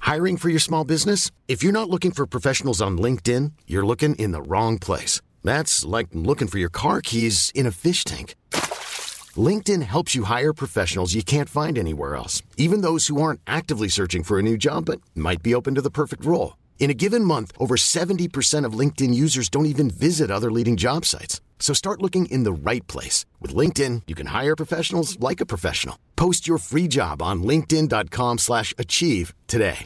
Hiring for your small business? If you're not looking for professionals on LinkedIn, you're looking in the wrong place. That's like looking for your car keys in a fish tank. LinkedIn helps you hire professionals you can't find anywhere else, even those who aren't actively searching for a new job but might be open to the perfect role. In a given month, over 70% of LinkedIn users don't even visit other leading job sites. So start looking in the right place. With LinkedIn, you can hire professionals like a professional. Post your free job on linkedin.com/achieve today.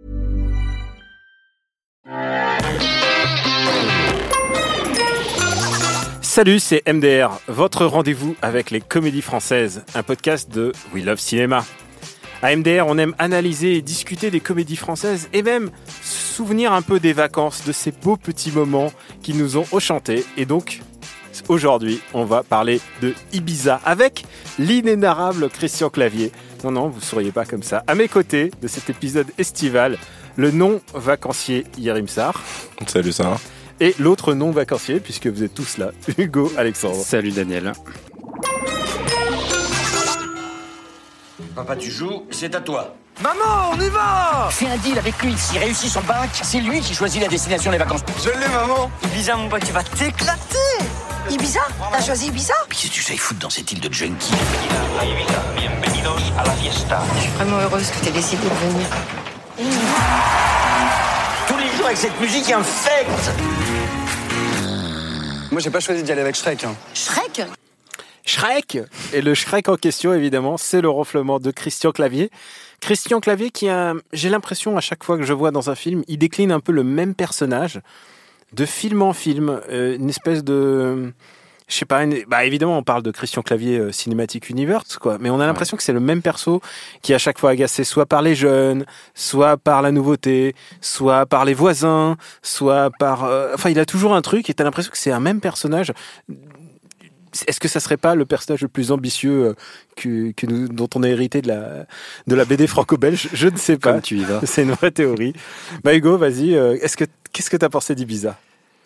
Salut, c'est MDR, votre rendez-vous avec les comédies françaises, un podcast de We Love Cinéma. À MDR, on aime analyser et discuter des comédies françaises et même se souvenir un peu des vacances, de ces beaux petits moments qui nous ont enchantés. Et donc, aujourd'hui, on va parler de Ibiza avec l'inénarrable Christian Clavier. Non, vous ne seriez pas comme ça. À mes côtés de cet épisode estival, le non-vacancier Yerim Sar. Salut Sarah. Et l'autre non-vacancier, puisque vous êtes tous là, Hugo Alexandre. Salut Daniel. Papa, tu joues, c'est à toi. Maman, on y va! Fais un deal avec lui. S'il réussit son bac, c'est lui qui choisit la destination des vacances. Je l'ai, maman! Ibiza, mon pote, tu vas t'éclater! Ibiza? T'as choisi Ibiza? Qu'est-ce que tu sais foutre dans cette île de junkie? Je suis vraiment heureuse que t'aies décidé de venir. Tous les jours avec cette musique infecte. Moi, j'ai pas choisi d'y aller avec Shrek. Shrek? Et le Shrek en question, évidemment, c'est le ronflement de Christian Clavier. Christian Clavier qui a, j'ai l'impression, à chaque fois que je vois dans un film, il décline un peu le même personnage, de film en film, une espèce de... Je sais pas, évidemment, on parle de Christian Clavier Cinematic Universe, quoi, mais on a l'impression que c'est le même perso qui est à chaque fois agacé soit par les jeunes, soit par la nouveauté, soit par les voisins, soit par... Enfin, il a toujours un truc et t'as l'impression que c'est un même personnage. Est-ce que ça serait pas le personnage le plus ambitieux dont on a hérité de la BD franco-belge? Je ne sais pas. Comme tu y vas. C'est une vraie théorie. Hugo, vas-y. Qu'est-ce que t'as pensé d'Ibiza?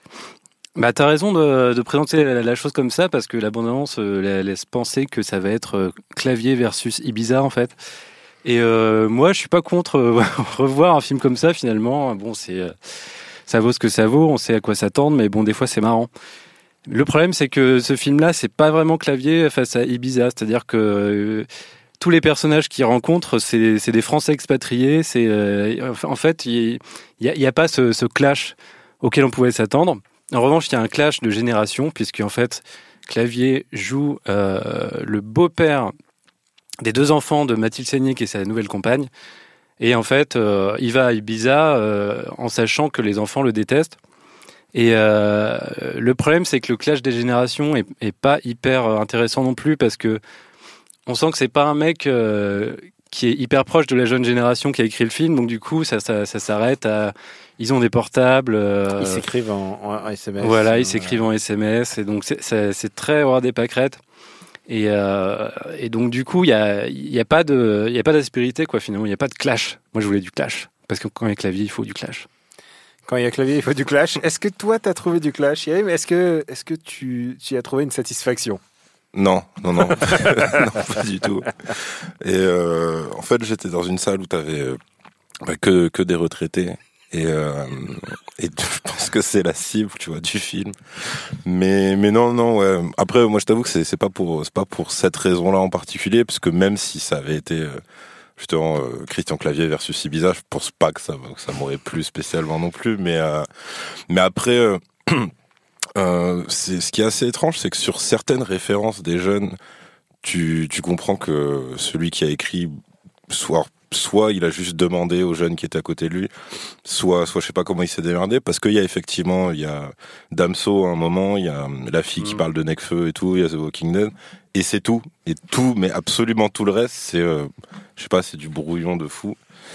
T'as raison de présenter la chose comme ça parce que la bande-annonce laisse penser que ça va être Clavier versus Ibiza en fait. Et moi, je suis pas contre revoir un film comme ça finalement. Bon, ça vaut ce que ça vaut. On sait à quoi s'attendre, mais bon, des fois, c'est marrant. Le problème, c'est que ce film-là, c'est pas vraiment Clavier face à Ibiza. C'est-à-dire que tous les personnages qu'il rencontre, c'est des Français expatriés. En fait, il y a pas ce clash auquel on pouvait s'attendre. En revanche, il y a un clash de génération, puisque en fait, Clavier joue le beau-père des deux enfants de Mathilde Seigné, qui est sa nouvelle compagne. Et en fait, il va à Ibiza en sachant que les enfants le détestent. Et le problème, c'est que le clash des générations est pas hyper intéressant non plus parce que on sent que c'est pas un mec qui est hyper proche de la jeune génération qui a écrit le film. Donc du coup, ça s'arrête à ils ont des portables. Ils s'écrivent en SMS. Voilà, ils s'écrivent en SMS et donc c'est très roi des pâquerettes. Et donc du coup, il y a pas d'aspérité quoi finalement. Il y a pas de clash. Moi, je voulais du clash parce que quand il y a Clavier, il faut du clash. Quand il y a Clavier, il faut du clash. Est-ce que toi, t'as trouvé du clash, Yerim? Est-ce que tu as trouvé une satisfaction? Non, non, pas du tout. Et en fait, j'étais dans une salle où t'avais que des retraités. Et je pense que c'est la cible, tu vois, du film. Mais non, ouais. Après, moi, je t'avoue que c'est pas pour cette raison-là en particulier, parce que même si ça avait été justement Christian Clavier versus Ibiza, je pense pas que ça m'aurait plu spécialement non plus. Mais après, c'est ce qui est assez étrange, c'est que sur certaines références des jeunes, tu comprends que celui qui a écrit soit il a juste demandé aux jeunes qui étaient à côté de lui, soit je sais pas comment il s'est démerdé, parce qu'il y a effectivement, il y a Damso à un moment, il y a la fille qui parle de Necfeu et tout, il y a The Walking Dead, et c'est tout, mais absolument tout le reste, c'est, je sais pas, c'est du brouillon de fou.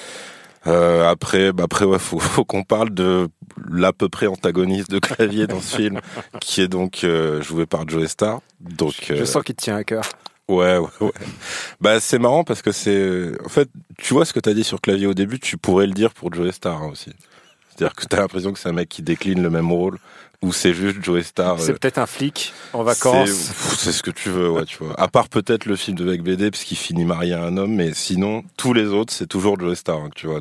Après, ouais, faut qu'on parle de l'à peu près antagoniste de Clavier dans ce film, qui est donc joué par Joe Star. Donc, je sens qu'il te tient à cœur. Ouais. Bah, c'est marrant parce que en fait, tu vois ce que t'as dit sur Clavier au début, tu pourrais le dire pour Joe Star, hein, aussi. C'est-à-dire que t'as l'impression que c'est un mec qui décline le même rôle, ou c'est juste Joey Starr. C'est peut-être un flic en vacances. C'est ce que tu veux, ouais, tu vois. À part peut-être le film de Beck BD, parce qu'il finit marié à un homme, mais sinon, tous les autres, c'est toujours Joey Starr, hein, tu vois.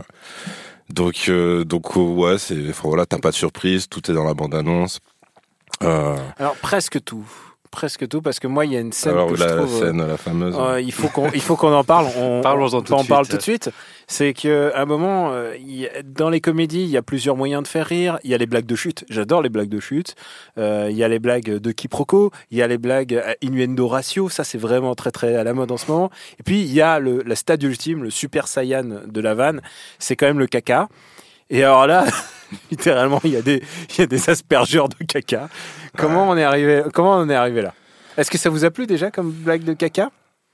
Donc, ouais, voilà, t'as pas de surprise, tout est dans la bande-annonce. Alors, presque tout, parce que moi, il y a une scène que je trouve... la fameuse... il faut qu'on en parle. Parlons-en tout de suite. Parle tout de suite. C'est qu'à un moment, dans les comédies, il y a plusieurs moyens de faire rire. Il y a les blagues de chute. J'adore les blagues de chute. Il y a les blagues de quiproquo. Il y a les blagues à innuendo ratio. Ça, c'est vraiment très, très à la mode en ce moment. Et puis, il y a la stade ultime, le super saiyan de la vanne. C'est quand même le caca. Et alors là, littéralement, il y a des aspergeurs de caca. Comment on est arrivé là? Est-ce que ça vous a plu déjà comme blague de caca?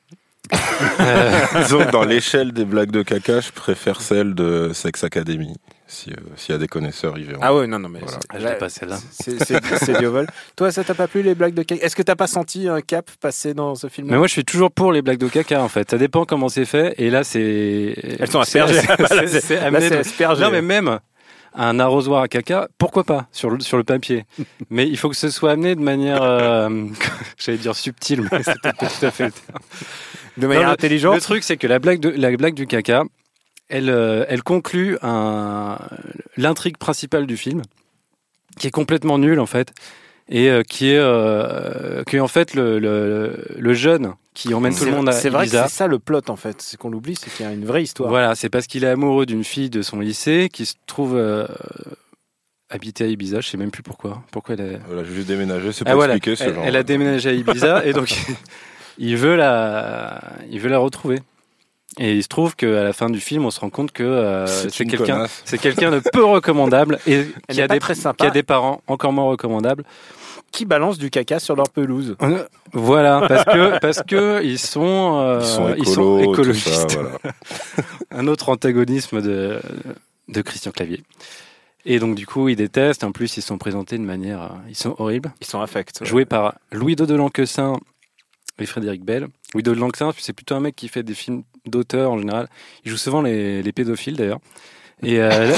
Disons que dans l'échelle des blagues de caca, je préfère celle de Sex Academy. S'il y a des connaisseurs, ils verront. Ah ouais, non, mais voilà. Je l'ai pas celle-là. C'est du vol. Toi, ça t'a pas plu les blagues de caca? Est-ce que t'as pas senti un cap passer dans ce film? Mais moi, je suis toujours pour les blagues de caca, en fait. Ça dépend comment c'est fait. Et là, c'est... Elles sont aspergées. C'est amené aspergé. Non, mais même un arrosoir à caca, pourquoi pas, sur le papier. Mais il faut que ce soit amené de manière, j'allais dire subtile, mais c'est peut-être pas tout à fait le terme. De manière intelligente. Le truc, c'est que la blague du caca, elle conclut l'intrigue principale du film, qui est complètement nulle, en fait. Et qui est en fait le jeune qui emmène tout le monde à Ibiza. C'est vrai que c'est ça le plot en fait, c'est qu'on l'oublie, c'est qu'il y a une vraie histoire. Voilà, c'est parce qu'il est amoureux d'une fille de son lycée qui se trouve habiter à Ibiza, je sais même plus pourquoi. Pourquoi elle a juste déménagé, c'est pour expliquer ce genre. Elle a déménagé à Ibiza et donc il veut la retrouver. Et il se trouve qu'à la fin du film, on se rend compte que c'est quelqu'un de peu recommandable et qui a des parents encore moins recommandables qui balancent du caca sur leur pelouse. Voilà, parce que ils sont écologistes. Ça, voilà. Un autre antagonisme de Christian Clavier. Et donc du coup, ils détestent. En plus, ils sont présentés de manière, ils sont horribles. Ils sont affects. Ouais. Joués par Louis Dodelanquessin et Frédéric Bell. Louis Dodelanquessin, c'est plutôt un mec qui fait des films d'auteur en général. Il joue souvent les pédophiles d'ailleurs. Et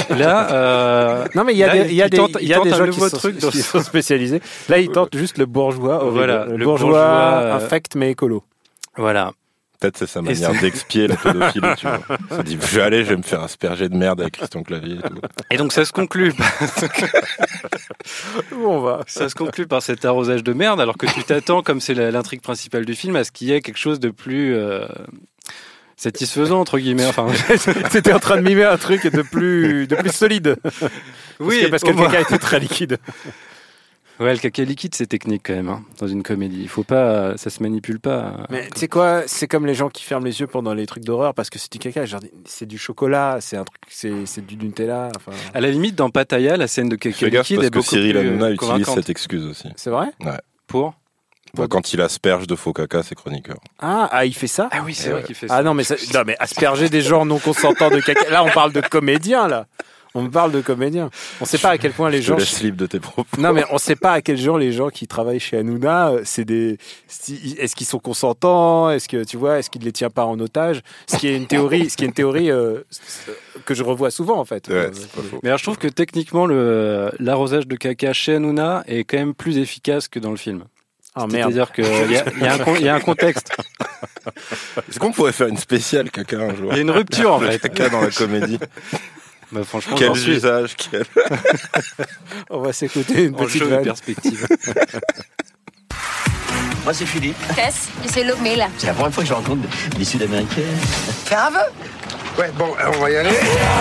non mais il y a des gens qui sont spécialisés. Là, ils tentent juste le bourgeois. Voilà, le bourgeois infect mais écolo. Voilà. Peut-être c'est sa manière d'expier la pédophilie, tu vois. Il dit, je vais me faire asperger de merde avec Christian Clavier et tout. Et donc ça se conclut. Où on va? Ça se conclut par cet arrosage de merde, alors que tu t'attends, comme c'est l'intrigue principale du film, à ce qu'il y ait quelque chose de plus satisfaisant entre guillemets. Enfin, c'était en train de mimer un truc de plus solide. Oui, parce que le caca était très liquide. Ouais, le caca liquide, c'est technique quand même, hein, dans une comédie. Il faut pas, ça se manipule pas. Mais tu sais quoi, c'est comme les gens qui ferment les yeux pendant les trucs d'horreur parce que c'est du caca. Genre, c'est du chocolat, c'est un truc, c'est du Nutella. Enfin... À la limite, dans Pattaya, la scène de caca liquide est beaucoup plus Cyril Hanouna utilise cette excuse aussi. C'est vrai? Ouais. Pour quand il asperge de faux caca, c'est chroniqueur. Ah, il fait ça? Ah oui, c'est vrai qu'il fait ça. Ah non, mais asperger des gens non consentants de caca. Là, on parle de comédiens, là. On parle de comédiens. On ne sait pas à quel point les gens. Je laisse libre de tes propos. Non, mais on ne sait pas à quel genre les gens qui travaillent chez Hanouna, est-ce qu'ils sont consentants? Est-ce que tu vois, est-ce qu'il ne les tient pas en otage? Ce qui est une théorie que je revois souvent en fait. Ouais, c'est pas faux. Mais alors, je trouve que techniquement, l'arrosage de caca chez Hanouna est quand même plus efficace que dans le film. Ah, merde. C'est-à-dire qu'il y a un contexte. Est-ce qu'on pourrait faire une spéciale caca un jour? Il y a une rupture en fait. Caca dans la comédie. Bah, franchement, quel usage, On va s'écouter une petite vanne. Perspective. Moi, c'est Philippe. Tess, et c'est Lomé là. C'est la première fois que je rencontre des Sud-Américains. Fais un vœu. Ouais, bon, on va y aller.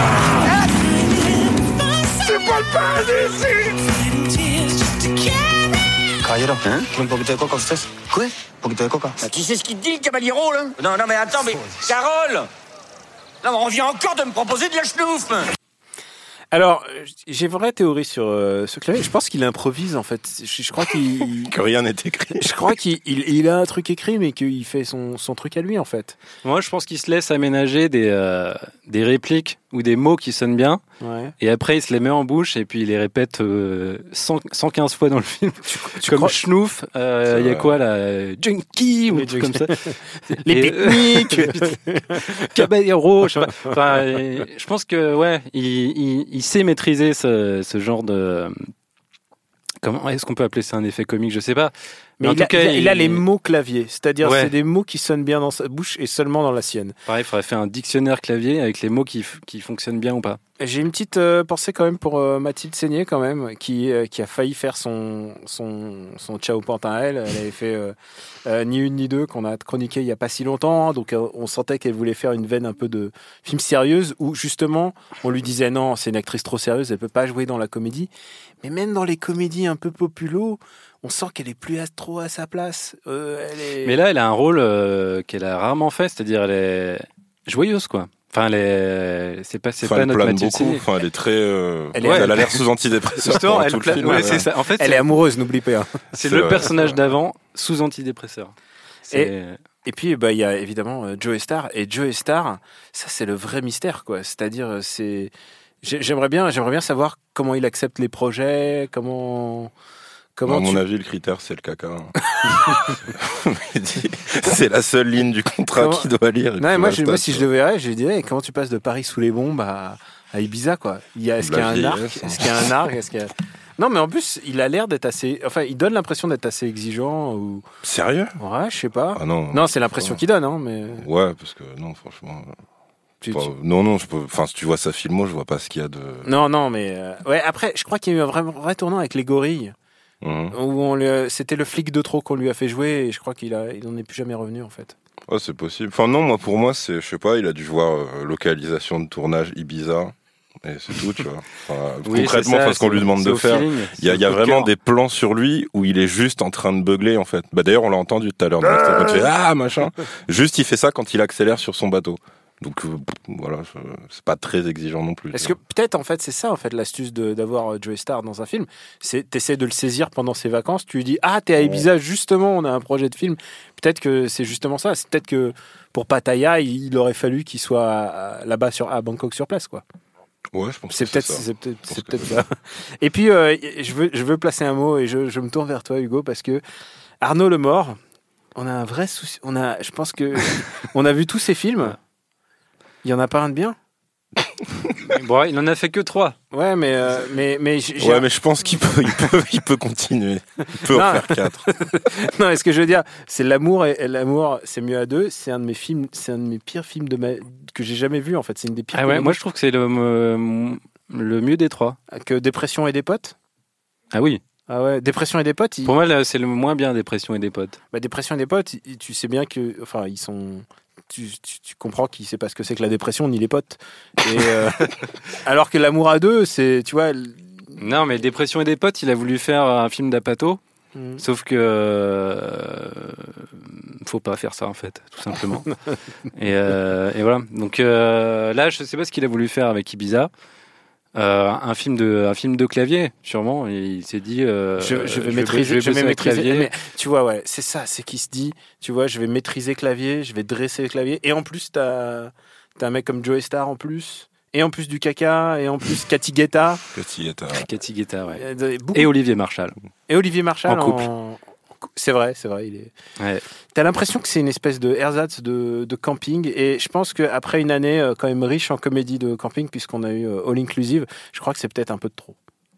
C'est pas le paradis ici. Caballero, un poquito de coca, ustedes. Quoi? Un poquito de coca. Tu sais ce qu'il te dit, le caballero, là? Non, mais attends, mais... Carole! Non, mais on vient encore de me proposer de la schnouf. Alors, j'ai une vraie théorie sur ce clavier. Je pense qu'il improvise, en fait. Je crois que rien n'est écrit. Je crois qu'il a un truc écrit, mais qu'il fait son truc à lui, en fait. Moi, je pense qu'il se laisse aménager des répliques ou des mots qui sonnent bien, Ouais. et après il se les met en bouche et puis il les répète 115 fois dans le film. Comme crois- Schnouf, il y a vrai. quoi là, Junkie ou Les un truc comme ça. Les Et- pique-niques. Caballero, je sais pas. Enfin, je pense que ouais, il sait maîtriser ce genre de. Comment est-ce qu'on peut appeler ça un effet comique? Je sais pas. Mais en il tout a, cas, il a les mots clavier, c'est-à-dire Ouais. c'est des mots qui sonnent bien dans sa bouche et seulement dans la sienne. Pareil, il faudrait faire un dictionnaire clavier avec les mots qui fonctionnent bien ou pas. J'ai une petite pensée quand même pour Mathilde Seigné quand même, qui a failli faire son Ciao Pantin à elle. Elle avait fait Ni une ni deux qu'on a chroniqué il y a pas si longtemps, donc on sentait qu'elle voulait faire une veine un peu de film sérieuse où justement on lui disait non, c'est une actrice trop sérieuse, elle peut pas jouer dans la comédie. Mais même dans les comédies un peu populo, on sent qu'elle est plus trop à sa place. Elle est... Mais là, elle a un rôle qu'elle a rarement fait, c'est-à-dire elle est joyeuse quoi. Enfin, c'est pas Elle notre plane Mathilde beaucoup. Seigné. Enfin, elle est très. Elle est- Elle a l'air sous antidépresseur. Justement, pendant elle tout le plane- film. ouais, c'est ça. En fait, Elle est amoureuse, n'oublie pas. c'est C'est le vrai, personnage c'est vrai. d'avant sous antidépresseur. Et puis, bah, il y a évidemment Joey Starr. Et Joey Starr, ça, c'est le vrai mystère, quoi. C'est-à-dire, j'aimerais bien savoir comment il accepte les projets, comment À mon avis, le critère, c'est le caca. Il dit, c'est la seule ligne du contrat Comment- qu'il doit lire. et Non, puis moi, basta, moi, si tu je le vois. verrais, je lui dirais, comment tu passes de Paris sous les bombes à Ibiza, quoi. Est-ce qu'il y a un arc? vieillesse, hein. Est-ce qu'il y a un arc? Non, mais en plus, il a l'air d'être assez. Enfin, il donne l'impression d'être assez exigeant. Ou... Sérieux? Ouais, je sais pas. Ah non. Non, c'est l'impression qu'il donne, hein, mais. Ouais, parce que non, franchement. tu- Non, je peux. Enfin, si tu vois sa filmo, je vois pas ce qu'il y a de. Non, mais. Ouais, après, je crois qu'il y a eu un vrai tournant avec les gorilles. Mhm. Où c'était le flic de trop qu'on lui a fait jouer et je crois qu'il n'en est plus jamais revenu en fait. Ouais, c'est possible. Enfin, non, pour moi, c'est, je sais pas, il a dû voir localisation de tournage Ibiza. Et c'est tout, tu vois. Enfin, Oui, concrètement, c'est ça, enfin, ce qu'on lui demande c'est de au faire. feeling, Il y a c'est au coup de vraiment cœur. des plans sur lui où il est juste en train de beugler, en fait. Bah, d'ailleurs, on l'a entendu tout à l'heure dans l'extrait, quand il fait ah, machin. Juste, il fait ça quand il accélère sur son bateau. Donc, voilà, c'est pas très exigeant non plus. Est-ce tu que peut-être en fait c'est ça en fait l'astuce d'avoir Joey Starr dans un film, c'est t'essaies de le saisir pendant ses vacances, tu lui dis ah t'es à Ibiza justement, on a un projet de film, peut-être que c'est justement ça, c'est peut-être que pour Pattaya il aurait fallu qu'il soit là-bas à Bangkok sur place quoi. vois. Ouais, je pense C'est que peut-être ça. c'est peut-être Je c'est pense que peut-être ça. Et puis je veux placer un mot et je me tourne vers toi Hugo parce que Arnaud Lemort, on a un vrai souci, je pense que on a vu tous ces films. Il y en a pas un de bien. Bon, il en a fait que 3. Ouais, mais Ouais, mais je pense qu'il peut continuer. Il peut en Non. faire 4. non, mais ce que je veux dire, c'est l'amour et l'amour, c'est mieux à deux. C'est un de mes films, c'est un de mes pires films que j'ai jamais vu en fait. C'est une des pires. Ah ouais, comédies. moi je trouve que c'est le mieux des 3. Que Dépression et des potes. Ah oui. Ah ouais, Dépression et des potes. Pour moi, là, c'est le moins bien Dépression et des potes. Dépression et des potes, tu sais bien que, enfin, ils sont. Tu comprends qu'il sait pas ce que c'est que la dépression ni les potes. Et alors que l'amour à deux, c'est, tu vois. Non, mais Dépression et des potes, il a voulu faire un film d'Apato. Sauf que faut pas faire ça en fait, tout simplement. et voilà. Donc là, je sais pas ce qu'il a voulu faire avec Ibiza. Un film de clavier, sûrement. Et il s'est dit, je vais maîtriser. bosser avec clavier. Mais, tu vois, ouais, c'est ça, c'est qu'il se dit, tu vois, je vais maîtriser clavier, je vais dresser le clavier. Et en plus, t'as un mec comme Joey Starr en plus. Et en plus du caca, et en plus Cathy Guetta. Cathy Guetta, ouais. Beaucoup. Et Olivier Marchal. Et Olivier Marchal En couple. C'est vrai, il est. Ouais. T'as l'impression que c'est une espèce de ersatz de camping, et je pense qu'après une année quand même riche en comédie de camping, puisqu'on a eu All Inclusive, je crois que c'est peut-être un peu de trop.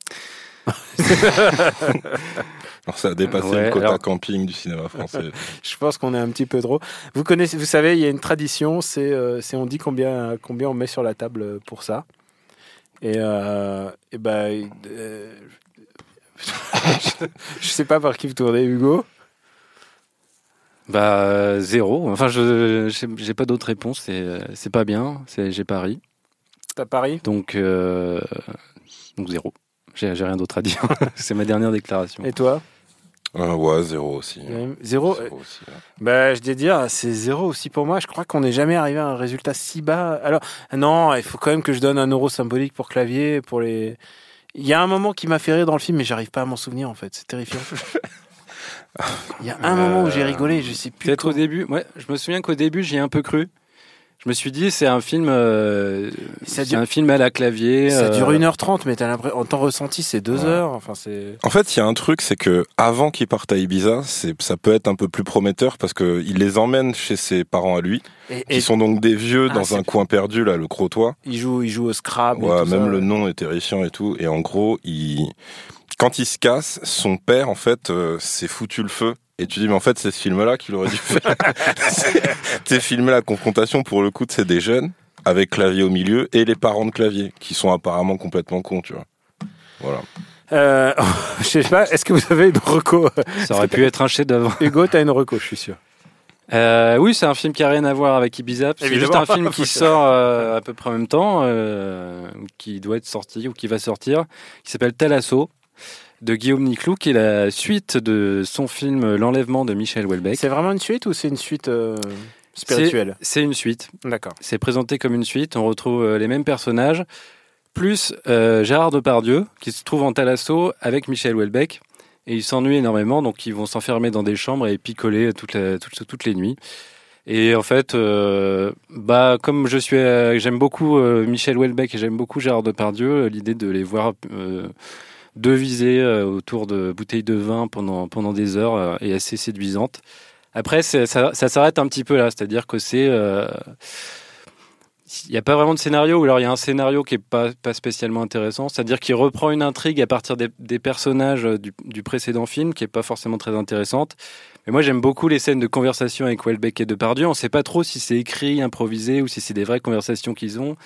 Alors, ça a dépassé le quota camping du cinéma français. Je pense qu'on est un petit peu trop. Vous savez, il y a une tradition, c'est on dit combien on met sur la table pour ça. Je sais pas par qui vous tournez, Hugo. 0. Enfin, j'ai pas d'autre réponse. C'est pas bien. J'ai pari. T'as pari ? Donc 0. J'ai rien d'autre à dire. C'est ma dernière déclaration. Et toi ? Ouais, 0 aussi. 0 aussi, ouais. Je vais dire, c'est 0 aussi pour moi. Je crois qu'on n'est jamais arrivé à un résultat si bas. Alors, non, il faut quand même que je donne 1 euro symbolique pour clavier, pour les... Il y a un moment qui m'a fait rire dans le film, mais j'arrive pas à m'en souvenir, en fait. C'est terrifiant. Il y a un moment où j'ai rigolé, je sais plus. Peut-être au début. Ouais, je me souviens qu'au début, j'y ai un peu cru. Je me suis dit, c'est un film, un film à la clavier. Ça dure 1h30, mais t'as l'impression, en temps ressenti, c'est 2 heures. Enfin, c'est. En fait, il y a un truc, c'est que avant qu'il parte à Ibiza, ça peut être un peu plus prometteur parce que il les emmène chez ses parents à lui, qui sont donc des vieux dans un coin perdu là, le Crotoy. Il joue au Scrabble. Ouais, et tout même ça, le nom est terrifiant et tout. Et en gros, quand il se casse, son père en fait s'est foutu le feu. Et tu dis, mais en fait, c'est ce film-là qu'il aurait dû faire. C'est filmé la confrontation, pour le coup, c'est des jeunes, avec Clavier au milieu, et les parents de Clavier, qui sont apparemment complètement cons, tu vois. Voilà. Je sais pas, est-ce que vous avez une reco? Ça aurait pu être un chef-d'œuvre. Hugo, t'as une reco, je suis sûr. Oui, c'est un film qui a rien à voir avec Ibiza. C'est juste un film qui sort à peu près en même temps, qui doit être sorti ou qui va sortir, qui s'appelle Thalasso, de Guillaume Niclou, qui est la suite de son film L'Enlèvement de Michel Houellebecq. C'est vraiment une suite ou c'est une suite spirituelle? C'est une suite. D'accord. C'est présenté comme une suite. On retrouve les mêmes personnages, plus Gérard Depardieu, qui se trouve en Thalasso avec Michel Houellebecq. Et ils s'ennuient énormément, donc ils vont s'enfermer dans des chambres et picoler toutes les nuits. Et en fait, comme j'aime beaucoup Michel Houellebecq et j'aime beaucoup Gérard Depardieu, l'idée de les voir deviser autour de bouteilles de vin pendant des heures est assez séduisante. Après, ça s'arrête un petit peu là, c'est-à-dire que il n'y a pas vraiment de scénario, ou alors il y a un scénario qui est pas spécialement intéressant, c'est-à-dire qu'il reprend une intrigue à partir des personnages du précédent film, qui est pas forcément très intéressante. Mais moi, j'aime beaucoup les scènes de conversation avec Houellebecq et Depardieu. On sait pas trop si c'est écrit, improvisé, ou si c'est des vraies conversations qu'ils ont.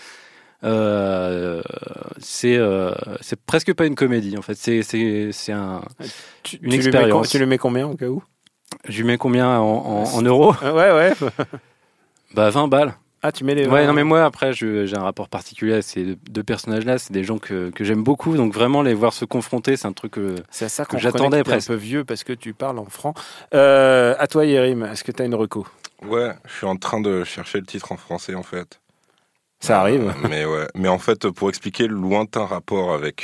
C'est presque pas une comédie, en fait. C'est une expérience. Tu le mets combien au cas où? Je lui mets combien en euros? Ouais. 20 balles. Ah, tu mets les... Ouais, non, mais moi, après, j'ai un rapport particulier à ces deux personnages-là. C'est des gens que j'aime beaucoup. Donc, vraiment, les voir se confronter, c'est un truc c'est à ça qu'on j'attendais presque. Un peu vieux parce que tu parles en franc. À toi, Yérim, est-ce que tu as une reco? Ouais, je suis en train de chercher le titre en français, en fait. Ça arrive. Mais ouais. Mais en fait, pour expliquer le lointain rapport avec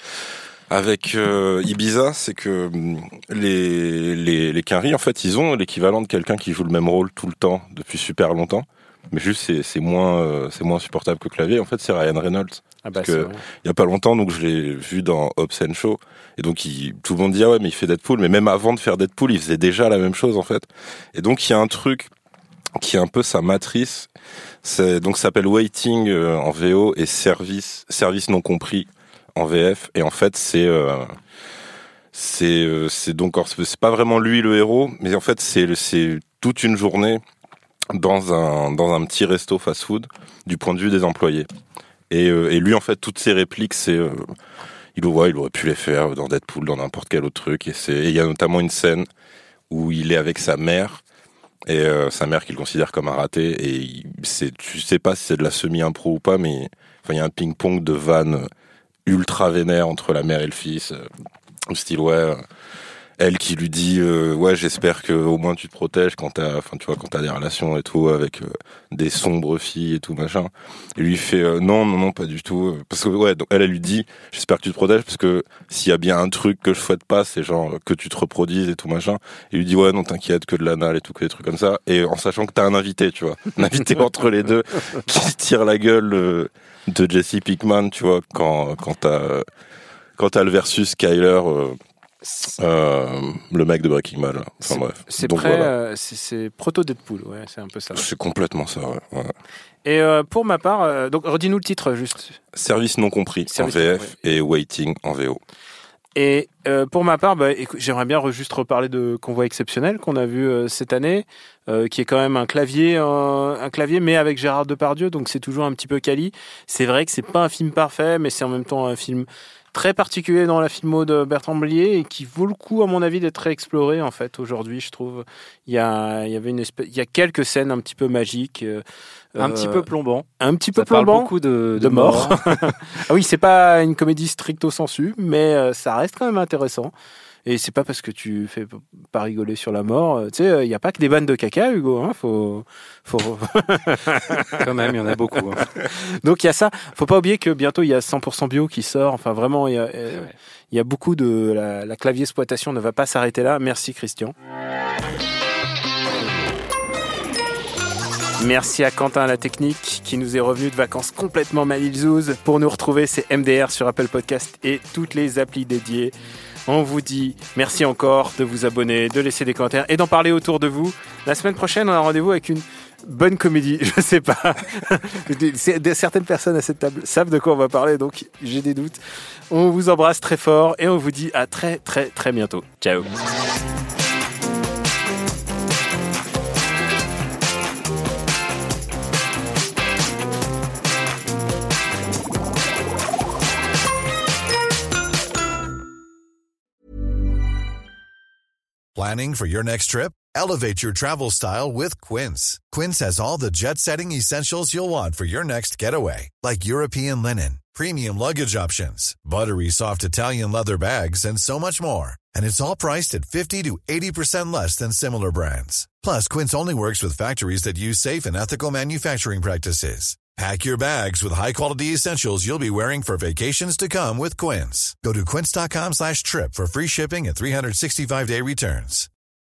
Ibiza, c'est que les Quinry, en fait, ils ont l'équivalent de quelqu'un qui joue le même rôle tout le temps depuis super longtemps. Mais juste, c'est moins supportable que Clavier. En fait, c'est Ryan Reynolds. Parce que il y a pas longtemps, donc je l'ai vu dans Hobbs & Shaw. Et donc, tout le monde dit, ah ouais, mais il fait Deadpool. Mais même avant de faire Deadpool, il faisait déjà la même chose, en fait. Et donc, il y a un truc qui est un peu sa matrice. Donc, ça s'appelle Waiting en VO et Service non compris en VF. Et en fait, c'est donc, c'est pas vraiment lui le héros, mais en fait, c'est toute une journée dans un petit resto fast-food du point de vue des employés. Et lui, en fait, toutes ses répliques, il aurait pu les faire dans Deadpool, dans n'importe quel autre truc. Et il y a notamment une scène où il est avec sa mère, et sa mère qu'il considère comme un raté, et tu sais pas si c'est de la semi-impro ou pas, mais enfin, il y a un ping-pong de vannes ultra vénère entre la mère et le fils, au style, elle qui lui dit ouais, j'espère que au moins tu te protèges quand t'as des relations et tout avec des sombres filles et tout machin. Et lui il fait non pas du tout, parce que donc elle lui dit j'espère que tu te protèges parce que s'il y a bien un truc que je souhaite pas, c'est genre que tu te reproduises et tout machin. Et il lui dit ouais non t'inquiète, que de l'anal et tout, que des trucs comme ça, et en sachant que t'as un invité, tu vois, un invité entre les deux qui tire la gueule de Jesse Pinkman, tu vois, quand t'as le versus Skyler, le mec de Breaking Bad. Enfin bref. C'est donc, voilà. C'est proto Deadpool, ouais, c'est un peu ça. C'est complètement ça, ouais. Et pour ma part, donc redis-nous le titre juste. Service non compris en VF et Waiting en VO. Et pour ma part, écoute, j'aimerais bien juste reparler de Convoi exceptionnel qu'on a vu cette année, qui est quand même un clavier, mais avec Gérard Depardieu, donc c'est toujours un petit peu quali. C'est vrai que c'est pas un film parfait, mais c'est en même temps un film très particulier dans la filmo de Bertrand Blier et qui vaut le coup, à mon avis, d'être réexploré en fait aujourd'hui. Je trouve il y a quelques scènes un petit peu magiques, un petit peu plombant. Un petit peu ça plombant. Parle beaucoup de mort. Ah oui, c'est pas une comédie stricto sensu, mais ça reste quand même intéressant. Et c'est pas parce que tu fais pas rigoler sur la mort. Tu sais, il y a pas que des vannes de caca, Hugo. Hein, faut. Quand même, il y en a beaucoup. Hein. Donc il y a ça. Faut pas oublier que bientôt il y a 100% bio qui sort. Enfin vraiment, il y a beaucoup de la clavier exploitation ne va pas s'arrêter là. Merci Christian. Merci à Quentin à la technique qui nous est revenu de vacances complètement malilzouze. Pour nous retrouver, c'est MDR sur Apple Podcast et toutes les applis dédiées. On vous dit merci encore de vous abonner, de laisser des commentaires et d'en parler autour de vous. La semaine prochaine, on a rendez-vous avec une bonne comédie. Je sais pas. Certaines personnes à cette table savent de quoi on va parler, donc j'ai des doutes. On vous embrasse très fort et on vous dit à très très très bientôt. Ciao. Planning for your next trip? Elevate your travel style with Quince. Quince has all the jet-setting essentials you'll want for your next getaway, like European linen, premium luggage options, buttery soft Italian leather bags, and so much more. And it's all priced at 50 to 80% less than similar brands. Plus, Quince only works with factories that use safe and ethical manufacturing practices. Pack your bags with high-quality essentials you'll be wearing for vacations to come with Quince. Go to quince.com/trip for free shipping and 365-day returns.